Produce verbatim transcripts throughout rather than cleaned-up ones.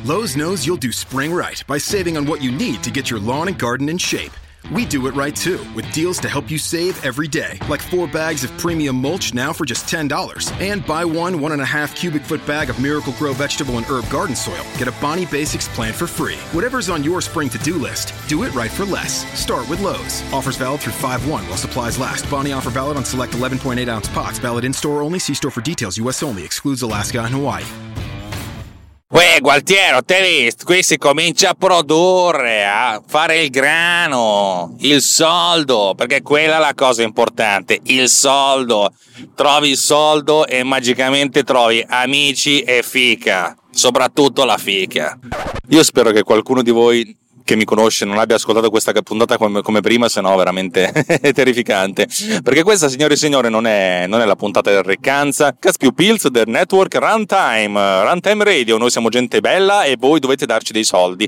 Lowe's knows you'll do spring right by saving on what you need to get your lawn and garden in shape. We do it right too, with deals to help you save every day, like four bags of premium mulch now for just ten dollars. And buy one one and a half cubic foot bag of Miracle Grow vegetable and herb garden soil. Get a Bonnie Basics plant for free. Whatever's on your spring to-do list, do it right for less. Start with Lowe's. Offers valid through five one while supplies last. Bonnie offer valid on select eleven point eight ounce pots. Valid in-store only. See store for details. U S only. Excludes Alaska and Hawaii. Uè, Gualtiero, te hai visto? Qui si comincia a produrre, a fare il grano, il soldo, perché quella è la cosa importante, il soldo. Trovi il soldo e magicamente trovi amici e fica, soprattutto la fica. Io spero che qualcuno di voi che mi conosce non abbia ascoltato questa puntata come, come prima, se no veramente è terrificante, perché questa, signori e signori, non è, non è la puntata del Reccanza, Caspio Pills del network Runtime Runtime Radio. Noi siamo gente bella e voi dovete darci dei soldi.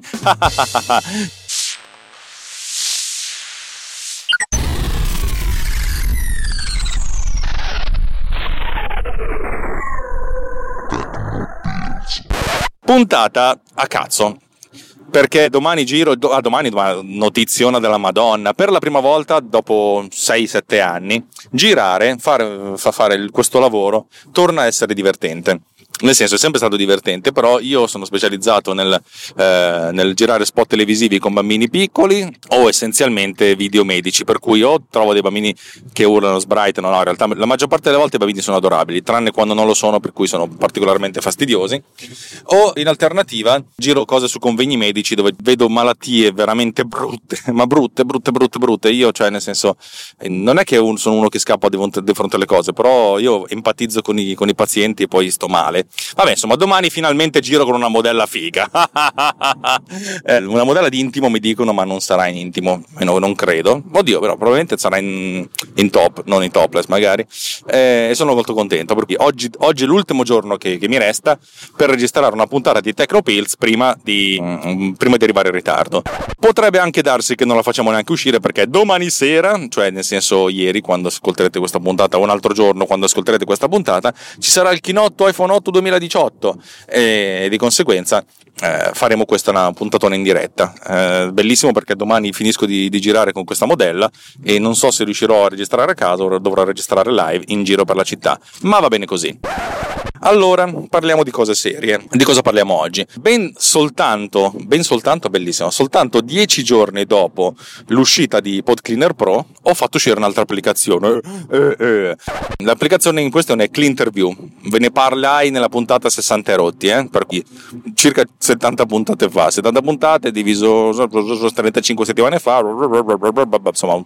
Puntata a cazzo, perché domani giro, do, ah, domani, domani notiziona della Madonna, per la prima volta dopo sei sette anni girare, fare, fa fare questo lavoro torna a essere divertente. Nel senso, è sempre stato divertente, però io sono specializzato nel, eh, nel girare spot televisivi con bambini piccoli o essenzialmente video medici, per cui o trovo dei bambini che urlano, sbraitano, no, in realtà la maggior parte delle volte i bambini sono adorabili, tranne quando non lo sono, per cui sono particolarmente fastidiosi, o in alternativa giro cose su convegni medici dove vedo malattie veramente brutte, ma brutte, brutte, brutte, brutte. Io, cioè, nel senso, non è che un, sono uno che scappa di fronte alle cose, però io empatizzo con i, con i pazienti e poi sto male. Vabbè, insomma, domani finalmente giro con una modella figa. eh, una modella di intimo mi dicono, ma non sarà in intimo, no, non credo. Oddio, però probabilmente sarà in, in top, non in topless magari. E eh, sono molto contento perché oggi, oggi è l'ultimo giorno che, che mi resta per registrare una puntata di Technopills prima di, mm, prima di arrivare in ritardo. Potrebbe anche darsi che non la facciamo neanche uscire, perché domani sera, cioè nel senso ieri, quando ascolterete questa puntata, o un altro giorno quando ascolterete questa puntata, ci sarà il Chinotto iPhone otto duemiladiciotto e di conseguenza eh, faremo questa una puntatona in diretta. Eh, bellissimo, perché domani finisco di, di girare con questa modella e non so se riuscirò a registrare a casa o dovrò registrare live in giro per la città, ma va bene così. Allora, parliamo di cose serie. Di cosa parliamo oggi? Ben soltanto, ben soltanto, bellissimo, soltanto dieci giorni dopo l'uscita di PodCleaner Pro ho fatto uscire un'altra applicazione. Eh, eh. L'applicazione in questione è Cleanterview. Ve ne parlai nella puntata sessanta e rotti, eh? Per cui circa settanta puntate fa. settanta puntate diviso trentacinque settimane fa, insomma,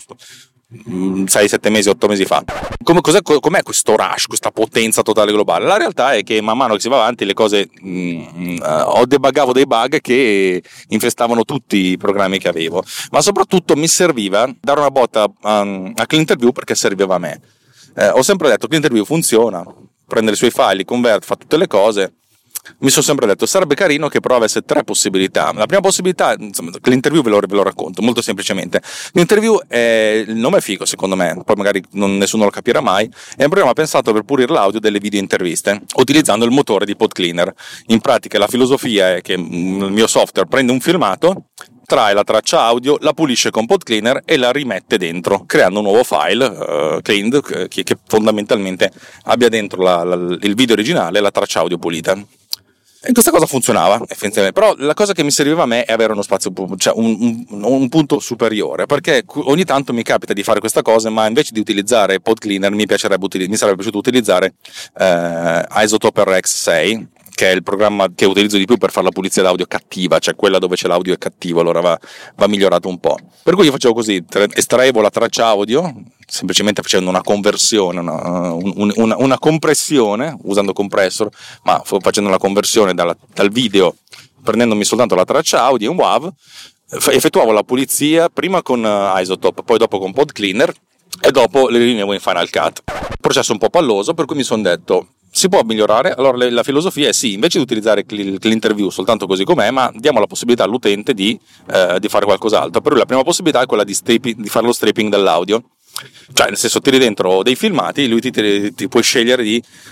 sei sette mesi, otto mesi fa. Come, cos'è, com'è questo rush, questa potenza totale globale? La realtà è che man mano che si va avanti le cose mh, ho debuggavo dei bug che infestavano tutti i programmi che avevo, ma soprattutto mi serviva dare una botta um, a Cleanterview, perché serviva a me. Eh, ho sempre detto Cleanterview funziona, prende i suoi file, convert, fa tutte le cose. Mi sono sempre detto sarebbe carino che però avesse tre possibilità. La prima possibilità, insomma, l'interview ve lo, ve lo racconto molto semplicemente. L'interview è, il nome è figo secondo me, poi magari non, nessuno lo capirà mai. È un programma pensato per pulire l'audio delle video interviste utilizzando il motore di PodCleaner. In pratica la filosofia è che il mio software prende un filmato, trae la traccia audio, la pulisce con PodCleaner e la rimette dentro, creando un nuovo file uh, cleaned che, che fondamentalmente abbia dentro la, la, il video originale e la traccia audio pulita. E questa cosa funzionava effettivamente, però la cosa che mi serviva a me è avere uno spazio, cioè un, un, un punto superiore, perché ogni tanto mi capita di fare questa cosa, ma invece di utilizzare PodCleaner mi piacerebbe mi sarebbe piaciuto utilizzare eh, Isotope R X sei, che è il programma che utilizzo di più per fare la pulizia d'audio cattiva, cioè quella dove c'è l'audio è cattivo, allora va, va migliorato un po'. Per cui io facevo così, estraevo la traccia audio, semplicemente facendo una conversione, una, una, una compressione, usando compressor, ma facendo una conversione dalla, dal video, prendendomi soltanto la traccia audio in WAV, effettuavo la pulizia prima con Isotope, poi dopo con PodCleaner e dopo le riunivo in Final Cut. Processo un po' palloso, per cui mi sono detto si può migliorare. Allora la filosofia è sì, invece di utilizzare l'interview soltanto così com'è, ma diamo la possibilità all'utente di, eh, di fare qualcos'altro. Per lui la prima possibilità è quella di, stripping, di fare lo stripping dell'audio, cioè nel senso tiri dentro dei filmati, lui ti, ti, ti puoi scegliere di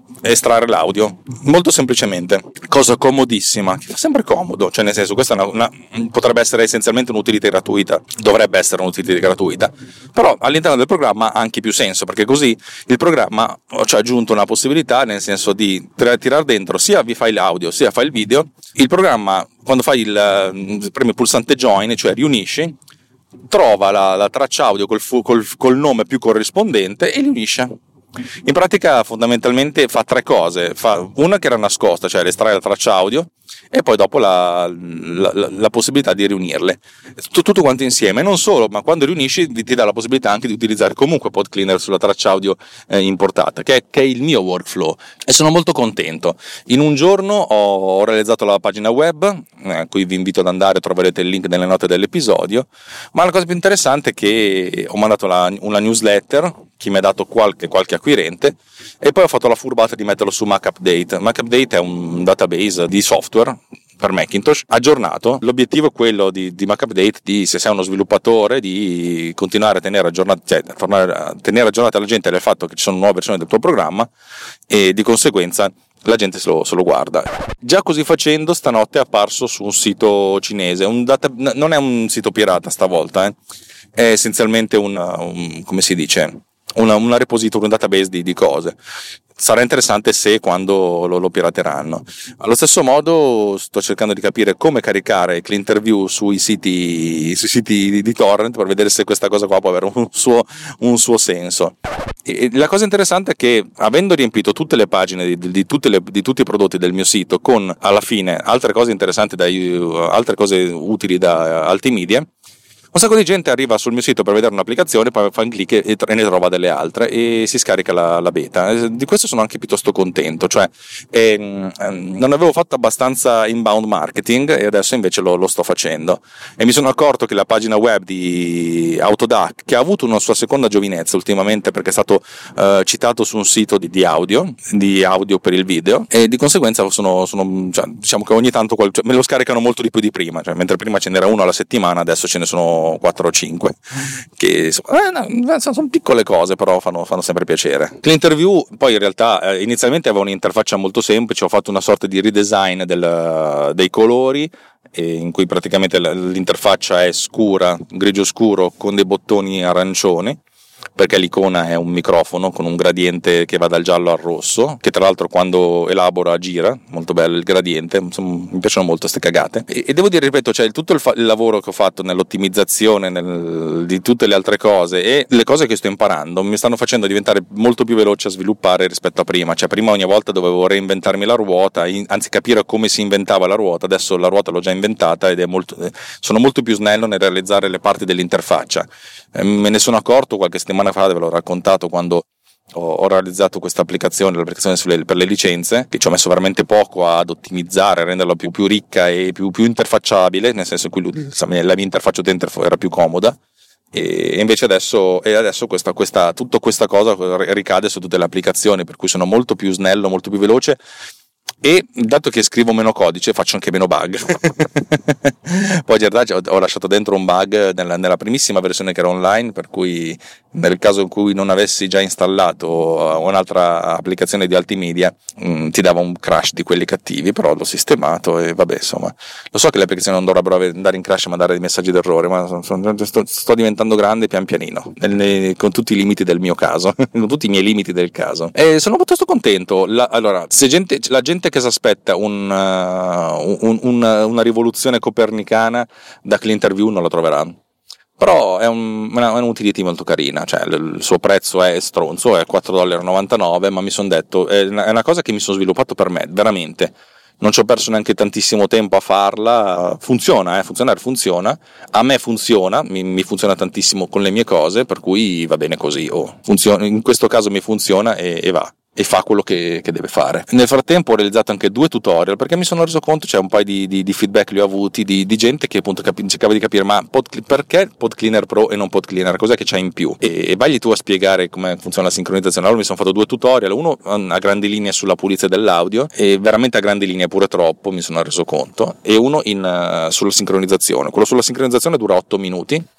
estrarre l'audio, molto semplicemente, cosa comodissima, che fa sempre comodo, cioè nel senso questa è una, una, potrebbe essere essenzialmente un'utilità gratuita, dovrebbe essere un'utilità gratuita, però all'interno del programma ha anche più senso, perché così il programma ci ha aggiunto una possibilità, nel senso di tirare dentro sia vi file audio sia file video. Il programma, quando fai il premi il pulsante join, cioè riunisci, trova la, la traccia audio col, col, col nome più corrispondente e li unisce. In pratica fondamentalmente fa tre cose, fa una che era nascosta, cioè estrae la traccia audio, e poi dopo la, la, la possibilità di riunirle tutto quanto insieme. Non solo, ma quando riunisci ti dà la possibilità anche di utilizzare comunque PodCleaner sulla traccia audio eh, importata, che è, che è il mio workflow, e sono molto contento. In un giorno ho, ho realizzato la pagina web, a eh, cui vi invito ad andare, troverete il link nelle note dell'episodio, ma la cosa più interessante è che ho mandato la, una newsletter, chi mi ha dato qualche, qualche acquirente, e poi ho fatto la furbata di metterlo su MacUpdate. MacUpdate è un database di software per Macintosh aggiornato. L'obiettivo è quello di, di MacUpdate, di, se sei uno sviluppatore, di continuare a tenere aggiornati, cioè tornare a tenere aggiornata la gente del fatto che ci sono nuove versioni del tuo programma, e di conseguenza la gente se lo, se lo guarda. Già così facendo, stanotte è apparso su un sito cinese, un data, non è un sito pirata stavolta, eh. È essenzialmente un, un come si dice, una, una repository, un database di, di cose. Sarà interessante se quando lo, lo pirateranno. Allo stesso modo sto cercando di capire come caricare CleanInterview sui siti, sui siti di, di torrent, per vedere se questa cosa qua può avere un suo, un suo senso. E la cosa interessante è che, avendo riempito tutte le pagine di, di, tutte le, di tutti i prodotti del mio sito con alla fine altre cose interessanti, da, altre cose utili da Altimedia, un sacco di gente arriva sul mio sito per vedere un'applicazione, poi fa un clic e, e ne trova delle altre e si scarica la, la beta. Di questo sono anche piuttosto contento, cioè ehm, non avevo fatto abbastanza inbound marketing e adesso invece lo, lo sto facendo, e mi sono accorto che la pagina web di Autodac, che ha avuto una sua seconda giovinezza ultimamente perché è stato eh, citato su un sito di, di audio di audio per il video, e di conseguenza sono, sono cioè, diciamo che ogni tanto qual- cioè, me lo scaricano molto di più di prima, cioè, mentre prima ce n'era uno alla settimana, adesso ce ne sono quattro o cinque, che eh, no, sono piccole cose, però fanno, fanno sempre piacere. CleanInterview poi in realtà eh, inizialmente aveva un'interfaccia molto semplice, ho fatto una sorta di redesign del, dei colori, e in cui praticamente l'interfaccia è scura, grigio scuro con dei bottoni arancioni, perché l'icona è un microfono con un gradiente che va dal giallo al rosso, che tra l'altro quando elabora gira, molto bello il gradiente, insomma, mi piacciono molto ste cagate. E, e devo dire, ripeto, cioè tutto il, fa- il lavoro che ho fatto nell'ottimizzazione nel, di tutte le altre cose e le cose che sto imparando mi stanno facendo diventare molto più veloce a sviluppare rispetto a prima. Cioè prima ogni volta dovevo reinventarmi la ruota, in, anzi capire come si inventava la ruota. Adesso la ruota l'ho già inventata ed è molto, sono molto più snello nel realizzare le parti dell'interfaccia. Eh, me ne sono accorto qualche settimana fa, ve l'ho raccontato, quando ho, ho realizzato questa applicazione, l'applicazione sulle, per le licenze, che ci ho messo veramente poco ad ottimizzare, a renderla più, più ricca e più, più interfacciabile, nel senso che la mia interfaccia utente era più comoda, e invece adesso, e adesso questa, questa, tutta questa cosa ricade su tutte le applicazioni, per cui sono molto più snello, molto più veloce. E dato che scrivo meno codice faccio anche meno bug. Poi in realtà ho lasciato dentro un bug nella, nella primissima versione che era online, per cui nel caso in cui non avessi già installato un'altra applicazione di Altimedia mh, ti dava un crash di quelli cattivi, però l'ho sistemato e vabbè, insomma, lo so che le applicazioni non dovrebbero andare in crash e mandare dei messaggi d'errore, ma sono, sto, sto diventando grande pian pianino, nel, con tutti i limiti del mio caso, con tutti i miei limiti del caso, e sono piuttosto contento. La, allora, se gente, la gente che si aspetta un, uh, un, un, una rivoluzione copernicana da CleanInterview non la troverà, però è, un, una, è un'utility molto carina, cioè il, il suo prezzo è stronzo, è quattro virgola novantanove dollari, ma mi sono detto è una, è una cosa che mi sono sviluppato per me, veramente non ci ho perso neanche tantissimo tempo a farla, funziona, eh, funzionare funziona, a me funziona, mi, mi funziona tantissimo con le mie cose, per cui va bene così, oh, funziona, in questo caso mi funziona e, e va. E fa quello che, che deve fare. Nel frattempo ho realizzato anche due tutorial, perché mi sono reso conto, c'è un paio di, di, di feedback li ho avuti di, di gente che appunto capi, cercava di capire ma pod, perché PodCleaner Pro e non PodCleaner, cos'è che c'è in più, e, e vai tu a spiegare come funziona la sincronizzazione. Allora mi sono fatto due tutorial, uno a grandi linee sulla pulizia dell'audio, e veramente a grandi linee pure troppo, mi sono reso conto, e uno in, uh, sulla sincronizzazione. Quello sulla sincronizzazione dura otto minuti,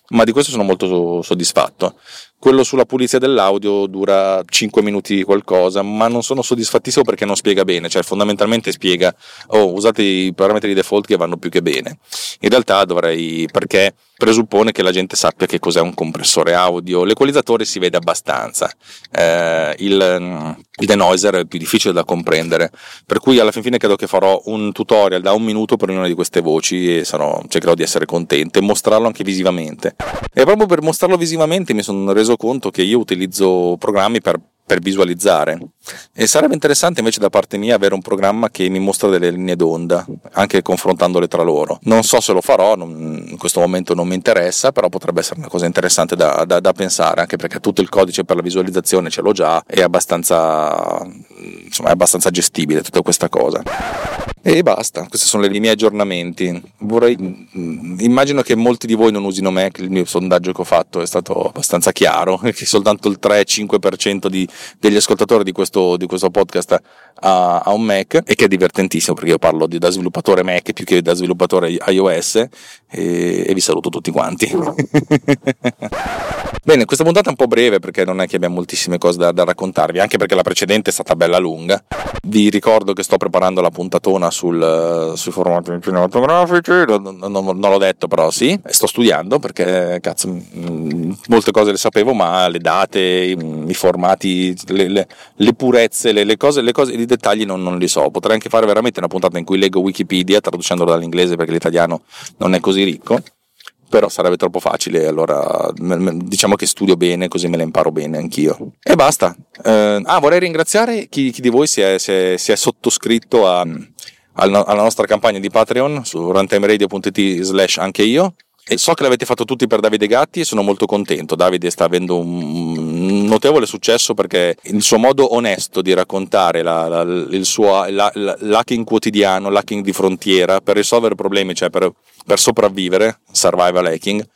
ma di questo sono molto soddisfatto. Quello sulla pulizia dell'audio dura cinque minuti qualcosa, ma non sono soddisfattissimo perché non spiega bene, cioè fondamentalmente spiega oh, usate i parametri di default che vanno più che bene. In realtà dovrei, perché presuppone che la gente sappia che cos'è un compressore audio. L'equalizzatore si vede abbastanza, eh, il, il denoiser è più difficile da comprendere, per cui alla fin fine credo che farò un tutorial da un minuto per ognuna di queste voci e sarò, cercherò di essere contento e mostrarlo anche visivamente. E proprio per mostrarlo visivamente mi sono reso conto che io utilizzo programmi per, per visualizzare, e sarebbe interessante invece da parte mia avere un programma che mi mostra delle linee d'onda anche confrontandole tra loro. Non so se lo farò, non, in questo momento non mi interessa, però potrebbe essere una cosa interessante da, da, da pensare, anche perché tutto il codice per la visualizzazione ce l'ho già, è abbastanza, insomma, è abbastanza gestibile tutta questa cosa. E basta, questi sono i miei aggiornamenti. Vorrei, immagino che molti di voi non usino Mac, il mio sondaggio che ho fatto è stato abbastanza chiaro, che soltanto il tre cinque per cento di, degli ascoltatori di questo, di questo podcast ha, ha un Mac, e che è divertentissimo perché io parlo di, da sviluppatore Mac più che da sviluppatore iOS, e, e vi saluto tutti quanti. Bene, questa puntata è un po' breve perché non è che abbiamo moltissime cose da, da raccontarvi, anche perché la precedente è stata bella lunga. Vi ricordo che sto preparando la puntatona sul, sui formati cinematografici, non, non, non l'ho detto però sì, sto studiando perché cazzo mh, molte cose le sapevo, ma le date, i, i formati, le, le, le purezze, le, le cose, le cose, i dettagli non, non li so. Potrei anche fare veramente una puntata in cui leggo Wikipedia traducendolo dall'inglese perché l'italiano non è così ricco, però sarebbe troppo facile, allora diciamo che studio bene così me le imparo bene anch'io. E basta. Eh, ah, vorrei ringraziare chi, chi di voi si è, si è, si è sottoscritto a, alla nostra campagna di Patreon su runtimeradio punto it slash anche io, e so che l'avete fatto tutti per Davide Gatti e sono molto contento. Davide sta avendo un notevole successo perché il suo modo onesto di raccontare la, la, il suo la, la, l'hacking quotidiano, l'hacking di frontiera per risolvere problemi, cioè per, per sopravvivere, survival hacking,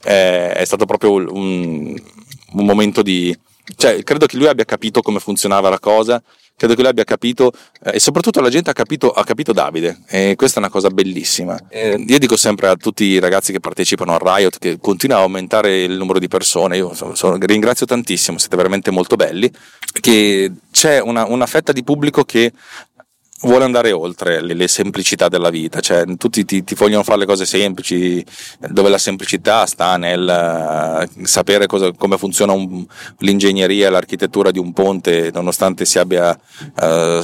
è, è stato proprio un, un momento di, cioè credo che lui abbia capito come funzionava la cosa, credo che lui abbia capito, eh, e soprattutto la gente ha capito, ha capito Davide, e questa è una cosa bellissima. Eh, io dico sempre a tutti i ragazzi che partecipano al Riot che continua a aumentare il numero di persone, io sono, sono, ringrazio tantissimo, siete veramente molto belli, che c'è una, una fetta di pubblico che vuole andare oltre le, le semplicità della vita, cioè tutti ti, ti vogliono fare le cose semplici, dove la semplicità sta nel uh, sapere cosa, come funziona un, l'ingegneria e l'architettura di un ponte, nonostante si abbia uh,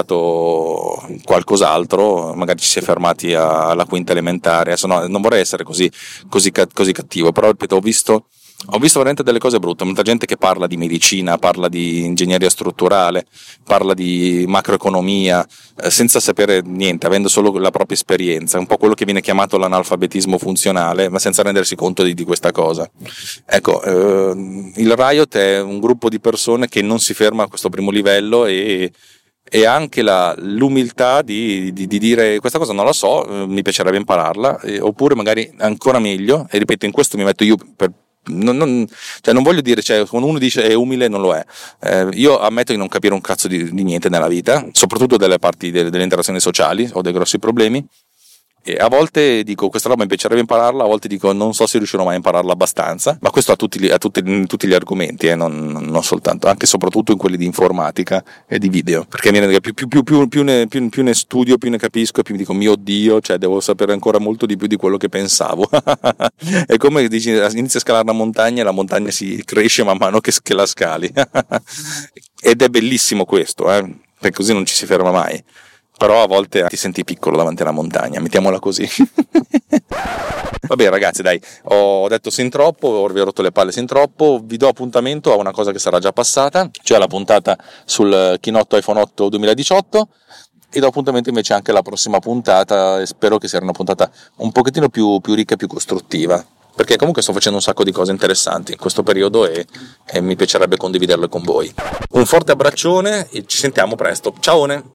studiato qualcos'altro, magari ci si è fermati a, alla quinta elementare. Adesso no, non vorrei essere così, così, così cattivo, però ripeto, ho visto Ho visto veramente delle cose brutte, molta gente che parla di medicina, parla di ingegneria strutturale, parla di macroeconomia, eh, senza sapere niente, avendo solo la propria esperienza, un po' quello che viene chiamato l'analfabetismo funzionale, ma senza rendersi conto di, di questa cosa. Ecco, eh, il Riot è un gruppo di persone che non si ferma a questo primo livello e e anche la, l'umiltà di, di, di dire questa cosa non la so, eh, mi piacerebbe impararla, eh, oppure magari ancora meglio, e ripeto, in questo mi metto io per Non, non, cioè non voglio dire, cioè, quando uno dice è umile non lo è, eh, io ammetto di non capire un cazzo di, di niente nella vita, soprattutto delle parti delle, delle interazioni sociali, ho dei grossi problemi, e a volte dico questa roba mi piacerebbe impararla, a volte dico non so se riuscirò mai a impararla abbastanza, ma questo a tutti, a tutti, in tutti gli argomenti, eh, non, non soltanto, anche e soprattutto in quelli di informatica e di video, perché più, più, più, più, più, ne, più, più ne studio, più ne capisco, e più mi dico mio Dio, cioè devo sapere ancora molto di più di quello che pensavo. È come dici, inizi a scalare una montagna e la montagna si cresce man mano che, che la scali. Ed è bellissimo questo, eh, perché così non ci si ferma mai. Però a volte ti senti piccolo davanti alla montagna, mettiamola così. Vabbè ragazzi, dai, ho detto sin troppo, vi ho rotto le palle sin troppo, vi do appuntamento a una cosa che sarà già passata, cioè la puntata sul Keynote iPhone otto duemiladiciotto, e do appuntamento invece anche alla prossima puntata, e spero che sia una puntata un pochettino più, più ricca e più costruttiva, perché comunque sto facendo un sacco di cose interessanti in questo periodo e, e mi piacerebbe condividerle con voi. Un forte abbraccione e ci sentiamo presto, ciaone!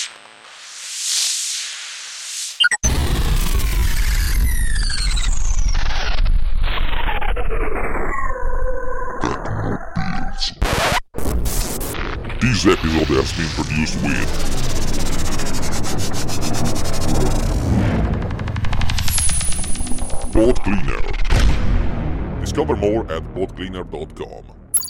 This episode has been produced with Pod Cleaner. Discover more at pot cleaner dot com.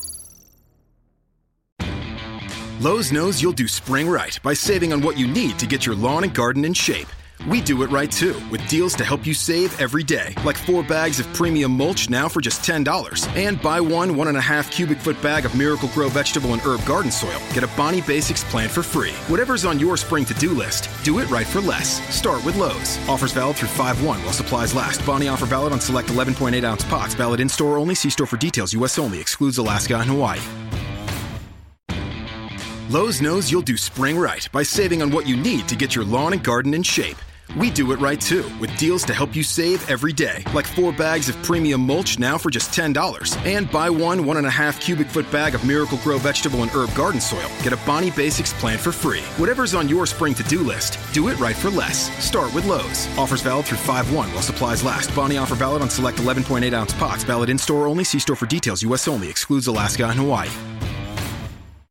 Lowe's knows you'll do spring right by saving on what you need to get your lawn and garden in shape. We do it right too, with deals to help you save every day, like four bags of premium mulch now for just ten dollars. And buy one one and a half cubic foot bag of Miracle Grow vegetable and herb garden soil. Get a Bonnie Basics plant for free. Whatever's on your spring to-do list, do it right for less. Start with Lowe's. Offers valid through five one while supplies last. Bonnie offer valid on select eleven point eight ounce pots. Valid in-store only. See store for details. U S only. Excludes Alaska and Hawaii. Lowe's knows you'll do spring right by saving on what you need to get your lawn and garden in shape. We do it right too, with deals to help you save every day, like four bags of premium mulch now for just ten dollars. And buy one one and a half cubic foot bag of Miracle Grow vegetable and herb garden soil. Get a Bonnie Basics plant for free. Whatever's on your spring to-do list, do it right for less. Start with Lowe's. Offers valid through five one while supplies last. Bonnie offer valid on select eleven point eight ounce pots. Valid in-store only. See store for details. U S only. Excludes Alaska and Hawaii.